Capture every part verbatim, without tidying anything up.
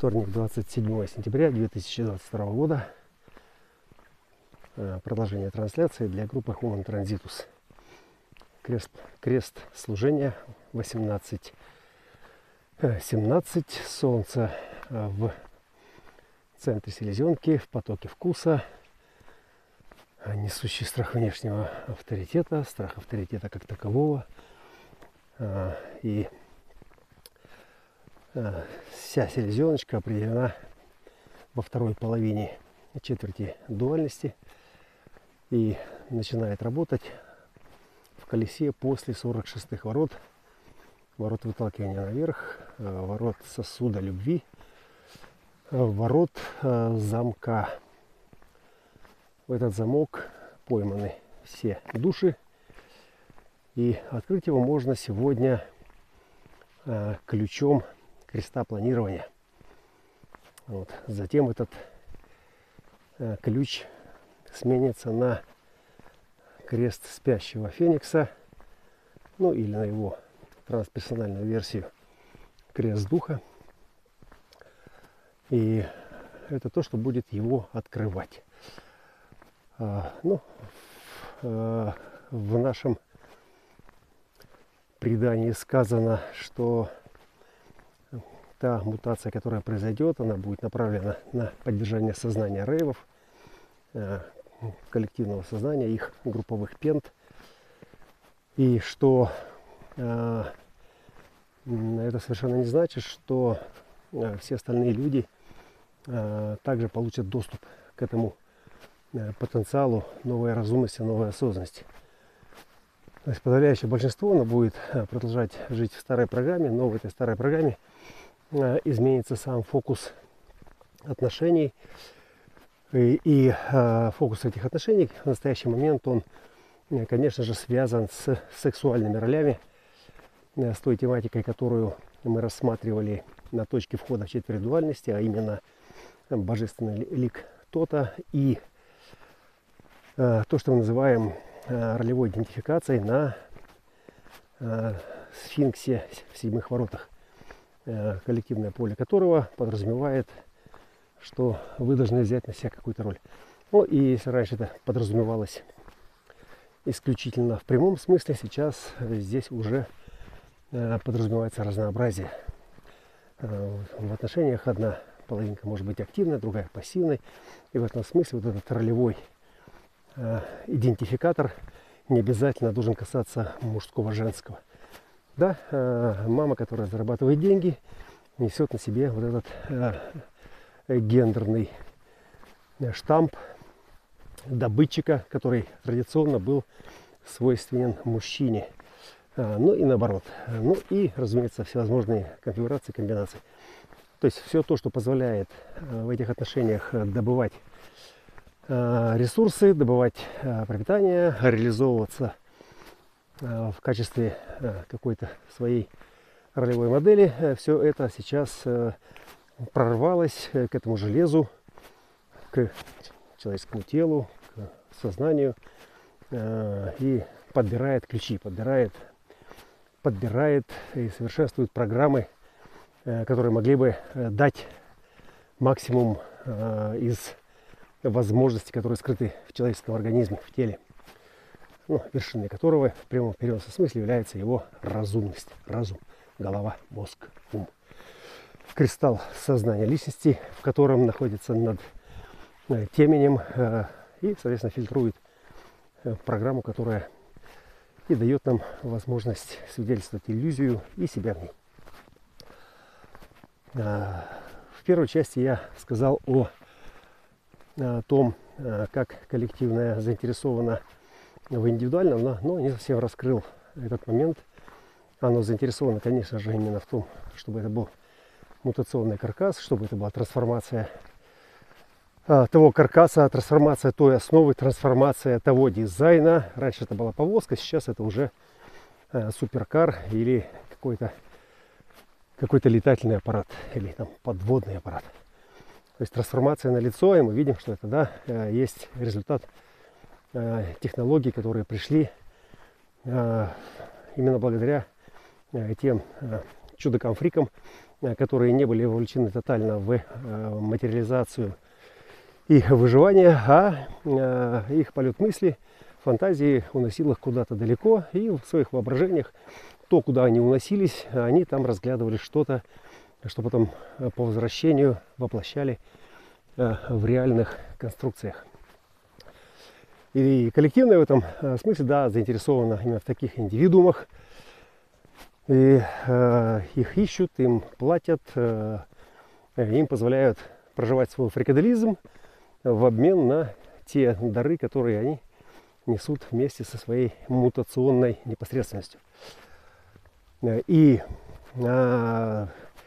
Вторник, двадцать седьмое сентября две тысячи двадцать второго года. Продолжение трансляции для группы Human Transitus. Крест, крест служения восемнадцать семнадцать. Солнце в центре селезенки, в потоке вкуса. Несущий страх внешнего авторитета, страх авторитета как такового. И вся селезеночка определена во второй половине четверти дуальности и начинает работать в колесе после сорок шестых ворот, ворот выталкивания наверх, ворот сосуда любви, ворот замка. В этот замок пойманы все души, и открыть его можно сегодня ключом креста планирования. Вот. Затем этот э, ключ сменится на крест спящего феникса, ну или на его трансперсональную версию крест духа. И это то, что будет его открывать. А, ну, э, в нашем предании сказано, что та мутация, которая произойдет, она будет направлена на поддержание сознания рейвов, э, коллективного сознания, их групповых пент. И что э, это совершенно не значит, что э, все остальные люди э, также получат доступ к этому э, потенциалу новой разумности, новой осознанности. То есть подавляющее большинство, оно будет продолжать жить в старой программе, но в этой старой программе изменится сам фокус отношений, и, и э, фокус этих отношений в настоящий момент, он, конечно же, связан с сексуальными ролями, э, с той тематикой, которую мы рассматривали на точке входа в четверть дуальности, а именно божественный лик Тота и э, то, что мы называем э, ролевой идентификацией на э, сфинксе в седьмых воротах, коллективное поле которого подразумевает, что вы должны взять на себя какую-то роль. Ну и если раньше это подразумевалось исключительно в прямом смысле, сейчас здесь уже подразумевается разнообразие. В отношениях одна половинка может быть активной, другая пассивной. И в этом смысле вот этот ролевой идентификатор не обязательно должен касаться мужского-женского. Да, мама, которая зарабатывает деньги, несет на себе вот этот э, гендерный штамп добытчика, который традиционно был свойственен мужчине. Ну и наоборот. Ну и, разумеется, всевозможные конфигурации, комбинации. То есть все то, что позволяет в этих отношениях добывать ресурсы, добывать пропитание, реализовываться в качестве какой-то своей ролевой модели, все это сейчас прорвалось к этому железу, к человеческому телу, к сознанию и подбирает ключи, подбирает, подбирает и совершенствует программы, которые могли бы дать максимум из возможностей, которые скрыты в человеческом организме, в теле. Ну, вершиной которого в прямом переносном смысле является его разумность. Разум, голова, мозг, ум. Кристалл сознания личности, в котором находится над теменем и, соответственно, фильтрует программу, которая и дает нам возможность свидетельствовать иллюзию и себя в ней. В первой части я сказал о, о том, как коллективное заинтересовано в индивидуальном, но, но не совсем раскрыл этот момент. Оно заинтересовано, конечно же, именно в том, чтобы это был мутационный каркас, чтобы это была трансформация а, того каркаса, трансформация той основы, трансформация того дизайна. Раньше это была повозка, сейчас это уже а, суперкар или какой-то какой-то летательный аппарат или там подводный аппарат. То есть трансформация на лицо, и мы видим, что это, да, есть результат технологий, которые пришли именно благодаря тем чудо-конфрикам, которые не были вовлечены тотально в материализацию и выживание, а их полет мысли, фантазии уносил их куда-то далеко, и в своих воображениях то, куда они уносились, они там разглядывали что-то, что потом по возвращению воплощали в реальных конструкциях. И коллективное в этом смысле, да, заинтересовано именно в таких индивидуумах. И э, их ищут, им платят, э, им позволяют проживать свой фрикаделизм в обмен на те дары, которые они несут вместе со своей мутационной непосредственностью. И э,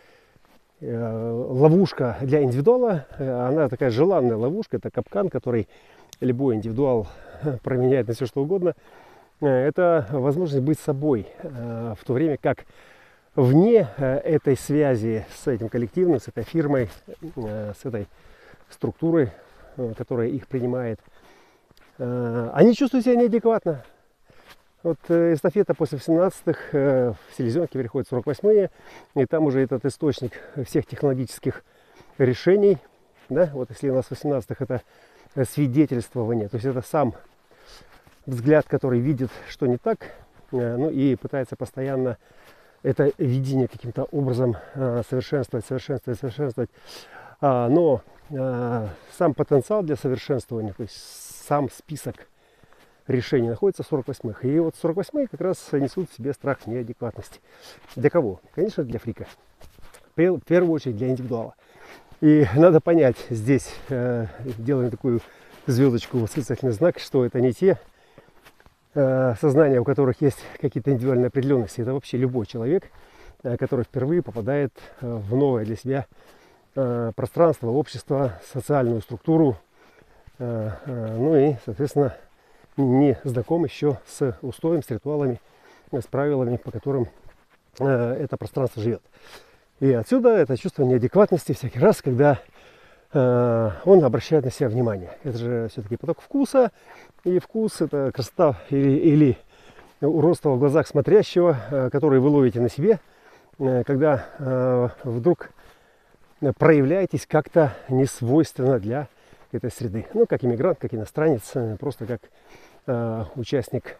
э, ловушка для индивидуала, она такая желанная ловушка, это капкан, который любой индивидуал променяет на все что угодно. Это возможность быть собой, в то время как вне этой связи с этим коллективным, с этой фирмой, с этой структурой, которая их принимает, они чувствуют себя неадекватно. Вот эстафета после восемнадцатых в селезенке переходит в сорок восьмые, и там уже этот источник всех технологических решений. Да? Вот если у нас в восемнадцатых это свидетельствование, то есть это сам взгляд, который видит, что не так, ну и пытается постоянно это видение каким-то образом совершенствовать, совершенствовать, совершенствовать. Но сам потенциал для совершенствования, то есть сам список решений находится в сорок восьмых. И вот сорок восьмые как раз несут в себе страх неадекватности. Для кого? Конечно, для фрика. В первую очередь для индивидуала. И надо понять здесь, делаем такую звездочку, восклицательный знак, что это не те сознания, у которых есть какие-то индивидуальные определенности. Это вообще любой человек, который впервые попадает в новое для себя пространство, общество, социальную структуру, ну и, соответственно, не знаком еще с устоем, с ритуалами, с правилами, по которым это пространство живет. И отсюда это чувство неадекватности всякий раз, когда э, он обращает на себя внимание. Это же все-таки поток вкуса, и вкус — это красота или, или уродство в глазах смотрящего, э, который вы ловите на себе, э, когда э, вдруг проявляетесь как-то несвойственно для этой среды. Ну, как иммигрант, как иностранец, э, просто как э, участник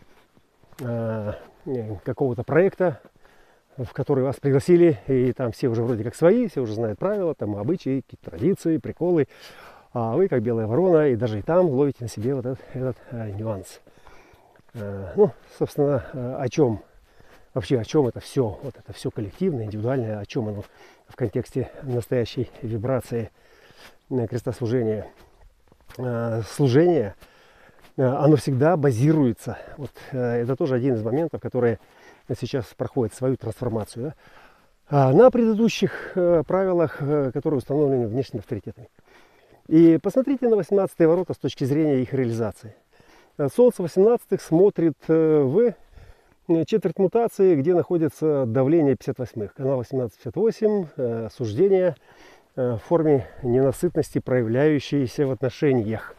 э, какого-то проекта, в который вас пригласили, и там все уже вроде как свои, все уже знают правила, там обычаи, какие-то традиции, приколы, а вы как белая ворона, и даже и там ловите на себе вот этот, этот а, нюанс. А, ну, собственно, а, о чем вообще, о чем это все, вот это все коллективное, индивидуальное, о чем оно в контексте настоящей вибрации крестослужения. А, служение, а, оно всегда базируется, вот а, это тоже один из моментов, которые сейчас проходит свою трансформацию, да, на предыдущих э, правилах, э, которые установлены внешними авторитетами. И посмотрите на восемнадцатые ворота с точки зрения их реализации. Солнце восемнадцатых смотрит э, в четверть мутации, где находится давление пятьдесят восьмых. Канал восемнадцать пятьдесят восемь, э, суждение э, в форме ненасытности, проявляющейся в отношениях.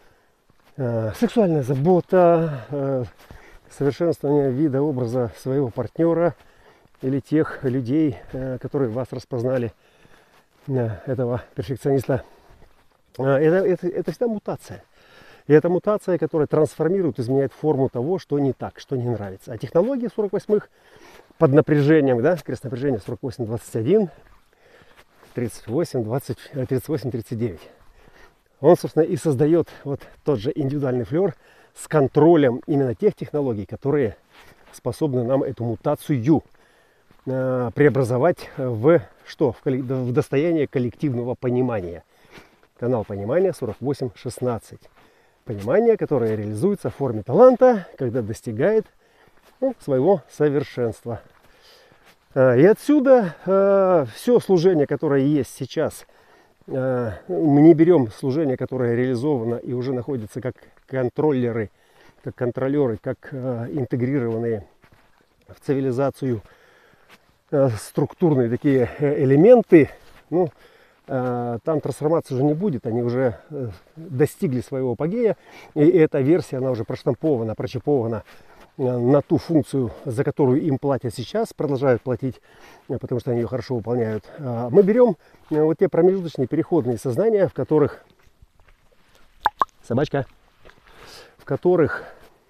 Э, сексуальная забота, э, совершенствование вида, образа своего партнера или тех людей, которые вас распознали, этого перфекциониста. Это, это, это всегда мутация. И это мутация, которая трансформирует, изменяет форму того, что не так, что не нравится. А технологии сорок восьмых под напряжением, да, крест напряжения сорок восемь двадцать один, тридцать восемь двадцать, тридцать восемь тридцать девять. Он, собственно, и создает вот тот же индивидуальный флер с контролем именно тех технологий, которые способны нам эту мутацию э, преобразовать в что? В, в достояние коллективного понимания. Канал понимания сорок восемь шестнадцать. Понимание, которое реализуется в форме таланта, когда достигает, ну, своего совершенства. Э, и отсюда э, все служение, которое есть сейчас, э, мы не берем служение, которое реализовано и уже находится как контроллеры, как контролеры, как э, интегрированные в цивилизацию э, структурные такие э, элементы, ну, э, там трансформации уже не будет, они уже э, достигли своего апогея, и эта версия, она уже проштампована, прочипована на ту функцию, за которую им платят сейчас, продолжают платить, потому что они ее хорошо выполняют. Мы берем вот те промежуточные переходные сознания, в которых собачка, в которых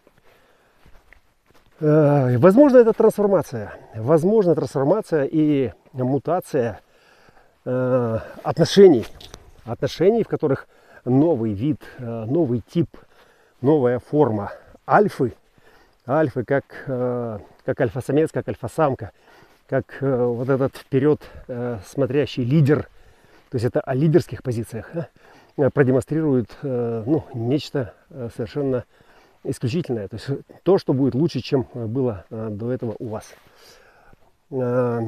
э, возможно это трансформация, возможна трансформация и мутация э, отношений, отношений, в которых новый вид, э, новый тип, новая форма альфы, альфы как, э, как альфа-самец, как альфа-самка, как э, вот этот вперед э, смотрящий лидер, то есть это о лидерских позициях, э, продемонстрирует э, ну, нечто э, совершенно исключительное, то есть то, что будет лучше, чем было э, до этого у вас. Э,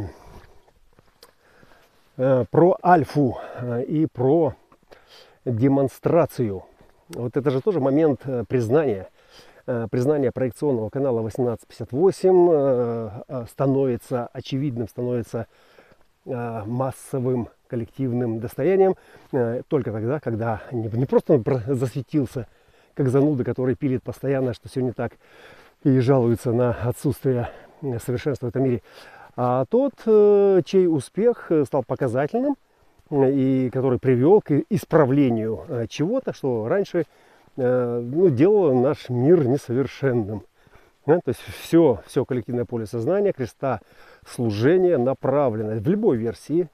э, про альфу э, и про демонстрацию. Вот это же тоже момент э, признания. Признание проекционного канала восемнадцать пятьдесят восемь становится очевидным, становится массовым коллективным достоянием только тогда, когда не просто он засветился, как зануда, который пилит постоянно, что все не так, и жалуется на отсутствие совершенства в этом мире, а тот, чей успех стал показательным и который привел к исправлению чего-то, что раньше ну, делало наш мир несовершенным. Да? То есть все, все коллективное поле сознания, креста служения направлено в любой версии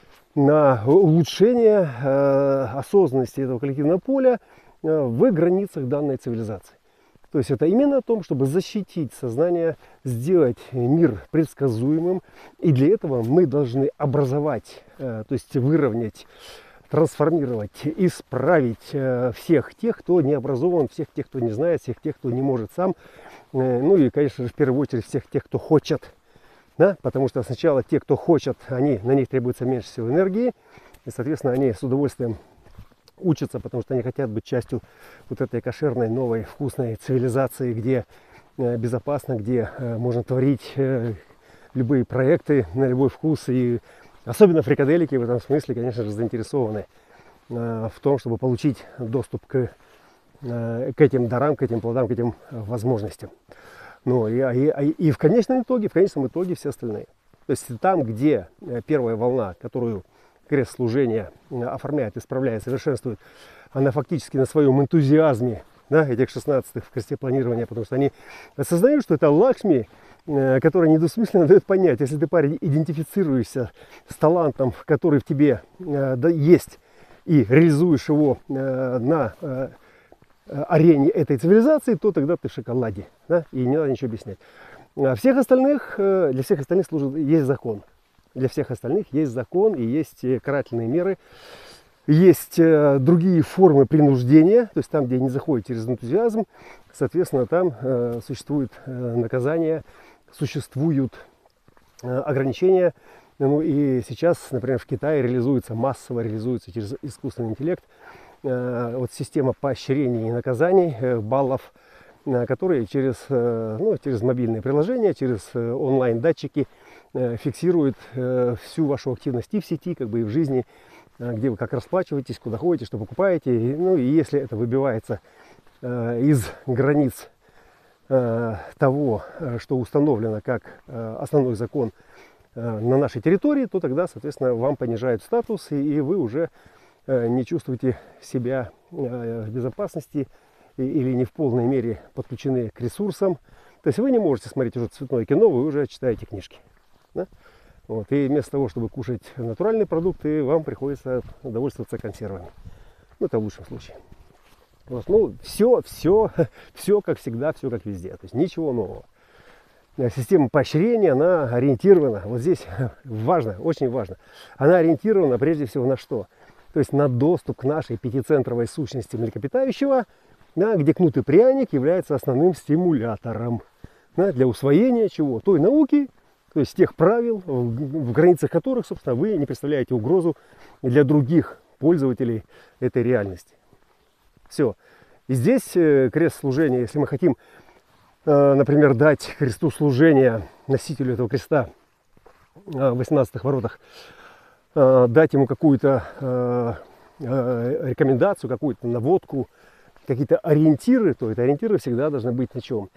на улучшение э, осознанности этого коллективного поля э, в границах данной цивилизации. То есть это именно о том, чтобы защитить сознание, сделать мир предсказуемым. И для этого мы должны образовать, э, то есть выровнять, трансформировать, исправить э, всех тех, кто не образован, всех тех, кто не знает, всех тех, кто не может сам. Э, ну и, конечно же, в первую очередь всех тех, кто хочет. Да? Потому что сначала те, кто хочет, они, на них требуется меньше всего энергии. И, соответственно, они с удовольствием учатся, потому что они хотят быть частью вот этой кошерной, новой, вкусной цивилизации, где э, безопасно, где э, можно творить э, любые проекты на любой вкус. И особенно фрикаделики в этом смысле, конечно же, заинтересованы э, в том, чтобы получить доступ к, э, к этим дарам, к этим плодам, к этим возможностям. Ну, и, и, и в конечном итоге, в конечном итоге все остальные. То есть там, где первая волна, которую крест служения оформляет, исправляет, совершенствует, она фактически на своем энтузиазме, да, этих шестнадцатых в кресте планирования, потому что они осознают, что это Лакшми, который недвусмысленно дает понять, если ты, парень, идентифицируешься с талантом, который в тебе э, да, есть, и реализуешь его э, на э, арене этой цивилизации, то тогда ты в шоколаде, да, и не надо ничего объяснять. А всех остальных, э, для всех остальных служит, есть закон. Для всех остальных есть закон и есть карательные меры, есть э, другие формы принуждения, то есть там, где не заходит через энтузиазм, соответственно, там э, существует э, наказание, существуют э, ограничения. Ну и сейчас, например, в Китае реализуется, массово реализуется через искусственный интеллект э, вот система поощрений и наказаний, э, баллов, э, которые через, э, ну, через мобильные приложения, через э, онлайн-датчики э, фиксируют э, всю вашу активность и в сети, как бы и в жизни, э, где вы как расплачиваетесь, куда ходите, что покупаете. И, ну и если это выбивается э, из границ того, что установлено как основной закон на нашей территории, то тогда, соответственно, вам понижают статус, и вы уже не чувствуете себя в безопасности или не в полной мере подключены к ресурсам. То есть вы не можете смотреть уже цветное кино, вы уже читаете книжки. Да? Вот. И вместо того, чтобы кушать натуральные продукты, вам приходится довольствоваться консервами. Ну, это в лучшем случае. Вот, ну, все, все, все как всегда, все как везде. То есть ничего нового. Система поощрения, она ориентирована, вот здесь важно, очень важно, она ориентирована прежде всего на что? То есть на доступ к нашей пятицентровой сущности млекопитающего, да, где кнут и пряник является основным стимулятором, да, для усвоения чего? Той науки, то есть тех правил, в, в границах которых, собственно, вы не представляете угрозу для других пользователей этой реальности. Все. И здесь э, крест служения, если мы хотим, э, например, дать кресту служения, носителю этого креста э, в восемнадцатых воротах, э, дать ему какую-то э, э, рекомендацию, какую-то наводку, какие-то ориентиры, то это ориентиры всегда должны быть на чем?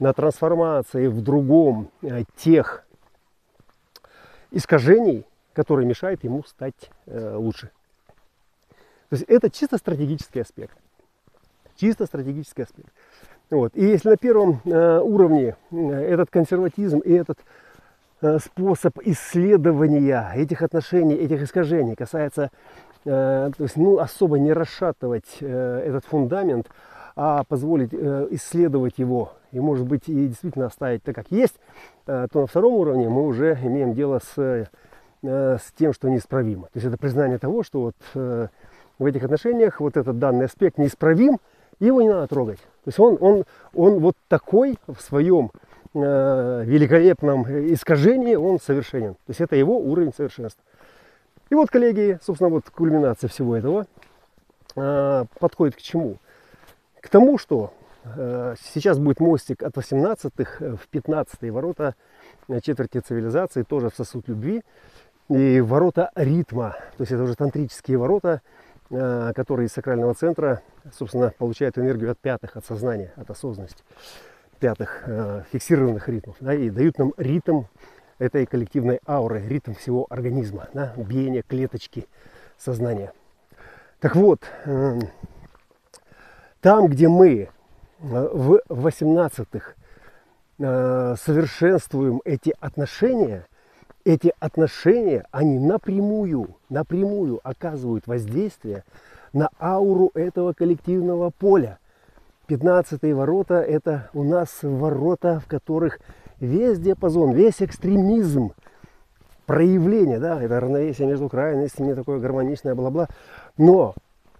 на трансформации в другом э, тех искажений, которые мешают ему стать э, лучше. То есть это чисто стратегический аспект. Чисто стратегический аспект. Вот. И если на первом э, уровне э, этот консерватизм и этот э, способ исследования этих отношений, этих искажений касается, э, то есть, ну, особо не расшатывать э, этот фундамент, а позволить э, исследовать его и, может быть, и действительно оставить так, как есть, э, то на втором уровне мы уже имеем дело с, э, с тем, что неисправимо. То есть это признание того, что вот э, в этих отношениях вот этот данный аспект неисправим, его не надо трогать. То есть он, он, он вот такой в своем э, великолепном искажении, он совершенен. То есть это его уровень совершенства. И вот, коллеги, собственно, вот кульминация всего этого э, подходит к чему? К тому, что э, сейчас будет мостик от восемнадцатых в пятнадцатые ворота четверти цивилизации, тоже в сосуд любви, и ворота ритма. То есть это уже тантрические ворота, э, которые из сакрального центра, собственно, получают энергию от пятых, от сознания, от осознанности, пятых э, фиксированных ритмов, да, и дают нам ритм этой коллективной ауры, ритм всего организма, да, биение клеточки сознания. Так вот, э, там, где мы в восемнадцатых э, совершенствуем эти отношения, эти отношения, они напрямую, напрямую оказывают воздействие на ауру этого коллективного поля. пятнадцатые ворота – это у нас ворота, в которых весь диапазон, весь экстремизм проявления, да, это равновесие между крайностями, такое гармоничное, бла-бла. Но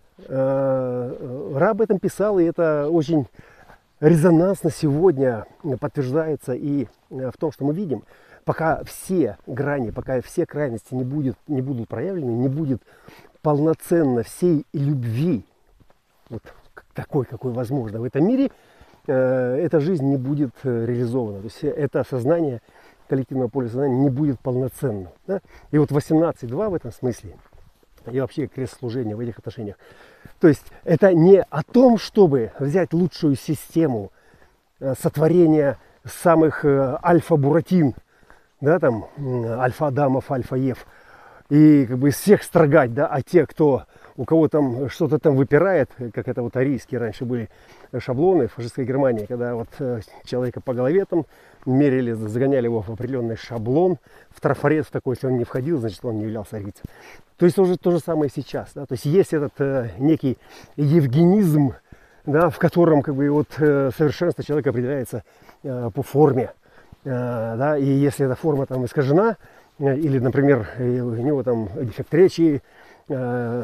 Ра об этом писал, и это очень резонансно сегодня подтверждается и в том, что мы видим. Пока все грани, пока все крайности не, будет, не будут проявлены, не будет полноценно всей любви, вот такой, какой возможно в этом мире, эта жизнь не будет реализована. То есть это сознание, коллективного поля сознания не будет полноценным. Да? И вот восемнадцать два в этом смысле, и вообще крест служения в этих отношениях. То есть это не о том, чтобы взять лучшую систему сотворения самых альфа-буратин, да, там, альфа-адамов, альфа-ев, и как бы из всех строгать, да, а те, кто, у кого там что-то там выпирает, как это вот арийские раньше были шаблоны в фашистской Германии, когда вот человека по голове там мерили, загоняли его в определенный шаблон, в трафарет в такой, если он не входил, значит, он не являлся арийцем. То есть уже то же самое сейчас, да, то есть есть этот э, некий евгенизм, да, в котором как бы вот э, совершенство человека определяется э, по форме, э, да, и если эта форма там искажена, э, или, например, у него там дефект речи, э,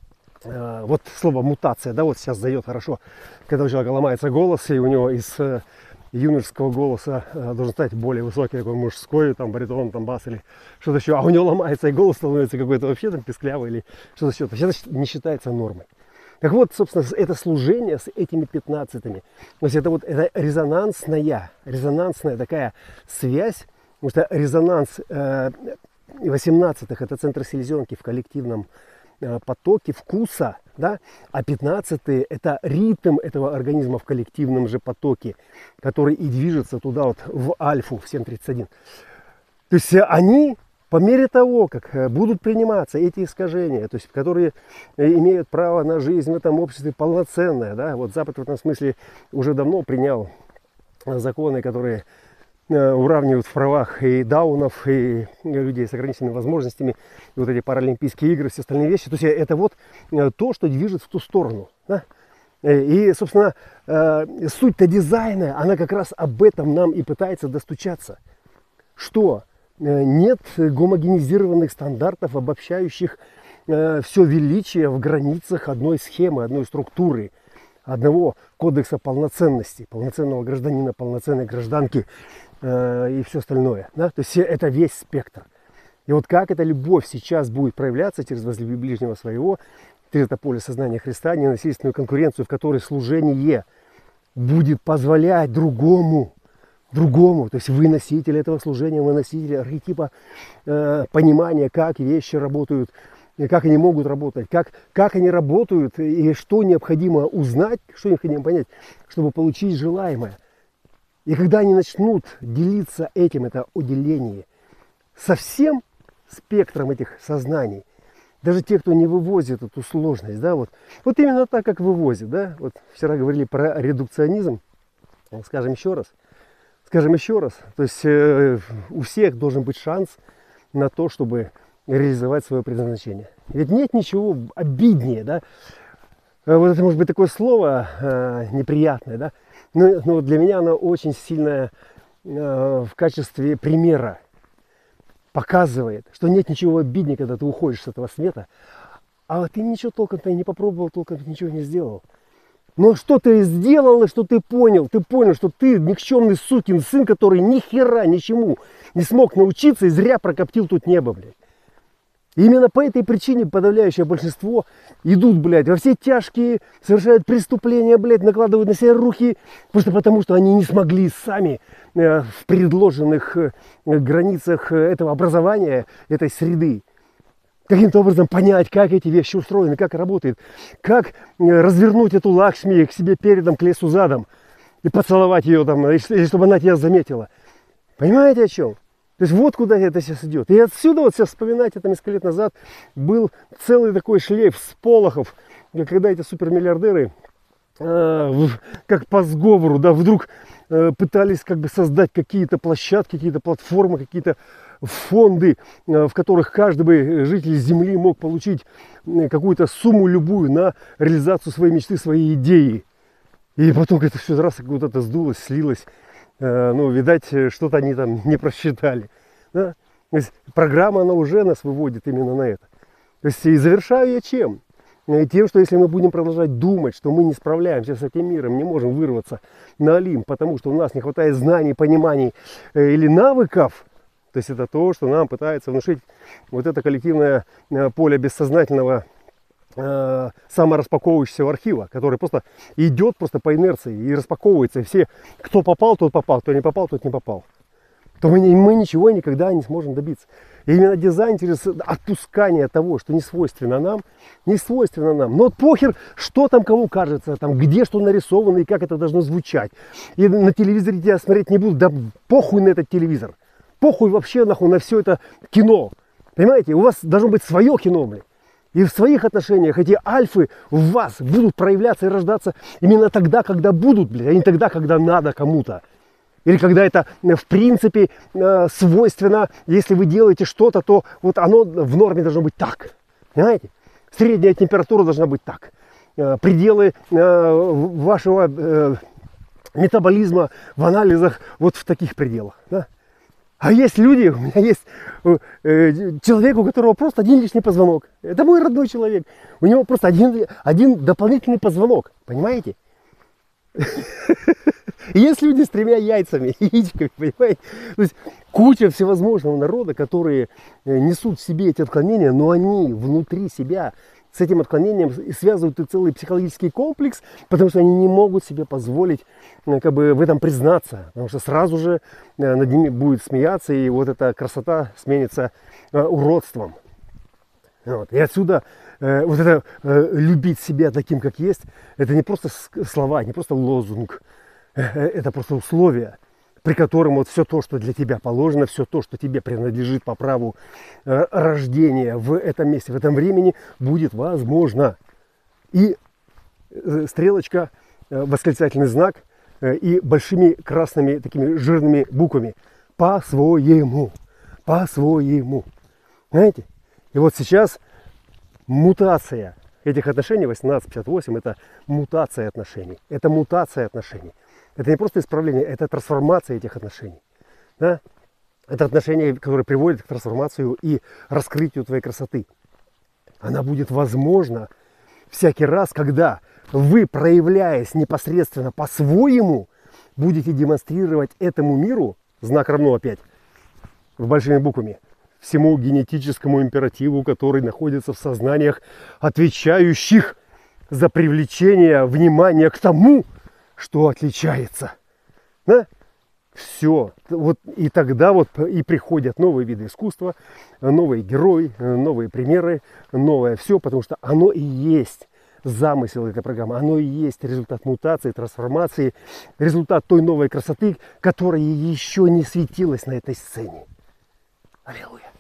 э, вот слово мутация, да, вот сейчас зайдет хорошо, когда у человека ломается голос, и у него из э, юношеского голоса э, должен стать более высокий, такой мужской, там баритон, там бас или что-то еще, а у него ломается и голос становится какой-то вообще там песклявый или что-то еще, то есть это не считается нормой. Так вот, собственно, это служение с этими пятнадцатыми, то есть это вот это резонансная, резонансная такая связь, потому что резонанс э, восемнадцатых это центр селезенки в коллективном э, потоке вкуса, да, а пятнадцатые это ритм этого организма в коллективном же потоке, который и движется туда вот в альфу, в семь тридцать один. То есть они по мере того, как будут приниматься эти искажения, то есть которые имеют право на жизнь в этом обществе полноценное, да, вот Запад в этом смысле уже давно принял законы, которые уравнивают в правах и даунов, и людей с ограниченными возможностями, и вот эти паралимпийские игры, все остальные вещи. То есть это вот то, что движет в ту сторону. Да? И, собственно, суть-то дизайна, она как раз об этом нам и пытается достучаться. Что нет гомогенизированных стандартов, обобщающих все величие в границах одной схемы, одной структуры, одного кодекса полноценности, полноценного гражданина, полноценной гражданки э, и все остальное. Да? То есть это весь спектр. И вот как эта любовь сейчас будет проявляться через возлюби ближнего своего, через это поле сознания Христа, ненасильственную конкуренцию, в которой служение будет позволять другому, другому, то есть вы носитель этого служения, вы носитель архетипа э, понимания, как вещи работают, как они могут работать, как, как они работают и что необходимо узнать, что необходимо понять, чтобы получить желаемое. И когда они начнут делиться этим, это о делении, со всем спектром этих сознаний, даже те, кто не вывозит эту сложность, да, вот, вот именно так, как вывозит, да, вот вчера говорили про редукционизм, скажем еще раз, скажем еще раз, то есть э, у всех должен быть шанс на то, чтобы реализовать свое предназначение. Ведь нет ничего обиднее, да, вот это может быть такое слово э, неприятное, да, но, но для меня оно очень сильное э, в качестве примера. Показывает, что нет ничего обиднее, когда ты уходишь с этого света, а ты ничего толком-то и не попробовал, толком ничего не сделал. Но что ты сделал и что ты понял? Ты понял, что ты никчемный сукин сын, который ни хера ничему не смог научиться и зря прокоптил тут небо, блядь. И именно по этой причине подавляющее большинство идут, блядь, во все тяжкие, совершают преступления, блядь, накладывают на себя руки, просто потому что они не смогли сами э, в предложенных э, границах этого образования, этой среды, каким-то образом понять, как эти вещи устроены, как работает, как э, развернуть эту Лакшми к себе передом, к лесу задом и поцеловать ее там, или чтобы она тебя заметила. Понимаете, о чем? То есть вот куда это сейчас идет. И отсюда вот сейчас вспоминать, это несколько лет назад был целый такой шлейф сполохов, когда эти супермиллиардеры, э, как по сговору, да, вдруг э, пытались как бы создать какие-то площадки, какие-то платформы, какие-то фонды, э, в которых каждый бы житель Земли мог получить какую-то сумму любую на реализацию своей мечты, своей идеи. И потом это все раз куда-то сдулось, слилось. Ну, видать, что-то они там не просчитали. Да? То есть программа, она уже нас выводит именно на это. То есть и завершаю я чем? Тем, что если мы будем продолжать думать, что мы не справляемся с этим миром, не можем вырваться на Олимп, потому что у нас не хватает знаний, пониманий или навыков, то есть это то, что нам пытается внушить вот это коллективное поле бессознательного самораспаковывающегося архива, который просто идет просто по инерции и распаковывается. И все, кто попал, тот попал, кто не попал, тот не попал. То мы, мы ничего никогда не сможем добиться. И именно дизайн через отпускание того, что не свойственно нам, не свойственно нам. Но вот похер, что там кому кажется, там, где что нарисовано и как это должно звучать. И на телевизоре тебя смотреть не буду, да похуй на этот телевизор. Похуй вообще нахуй на все это кино. Понимаете, у вас должно быть свое кино, блин. И в своих отношениях эти альфы в вас будут проявляться и рождаться именно тогда, когда будут, блядь, а не тогда, когда надо кому-то. Или когда это в принципе свойственно, если вы делаете что-то, то вот оно в норме должно быть так. Понимаете? Средняя температура должна быть так. Пределы вашего метаболизма в анализах вот в таких пределах. Да? А есть люди, у меня есть э, человек, у которого просто один лишний позвонок. Это мой родной человек. У него просто один, один дополнительный позвонок. Понимаете? Есть люди с тремя яйцами, яичками, понимаете? То есть куча всевозможного народа, которые несут в себе эти отклонения, но они внутри себя с этим отклонением связывают и целый психологический комплекс, потому что они не могут себе позволить как бы в этом признаться, потому что сразу же над ними будет смеяться, и вот эта красота сменится уродством. Вот. И отсюда э, вот это э, любить себя таким, как есть, это не просто слова, не просто лозунг, э, это просто условия, при котором вот все то, что для тебя положено, все то, что тебе принадлежит по праву э, рождения в этом месте, в этом времени, будет возможно. И э, стрелочка, э, восклицательный знак э, и большими красными такими жирными буквами. По-своему. По-своему. Знаете? И вот сейчас мутация этих отношений, восемнадцать пятьдесят восемь, это мутация отношений. Это мутация отношений. Это не просто исправление, это трансформация этих отношений. Да? Это отношения, которые приводят к трансформации и раскрытию твоей красоты. Она будет возможна всякий раз, когда вы, проявляясь непосредственно по-своему, будете демонстрировать этому миру, знак равно опять, большими буквами, всему генетическому императиву, который находится в сознаниях, отвечающих за привлечение внимания к тому, что отличается. Да? Все. Вот, и тогда вот и приходят новые виды искусства, новые герои, новые примеры, новое все, потому что оно и есть замысел этой программы. Оно и есть результат мутации, трансформации, результат той новой красоты, которая еще не светилась на этой сцене. Аллилуйя.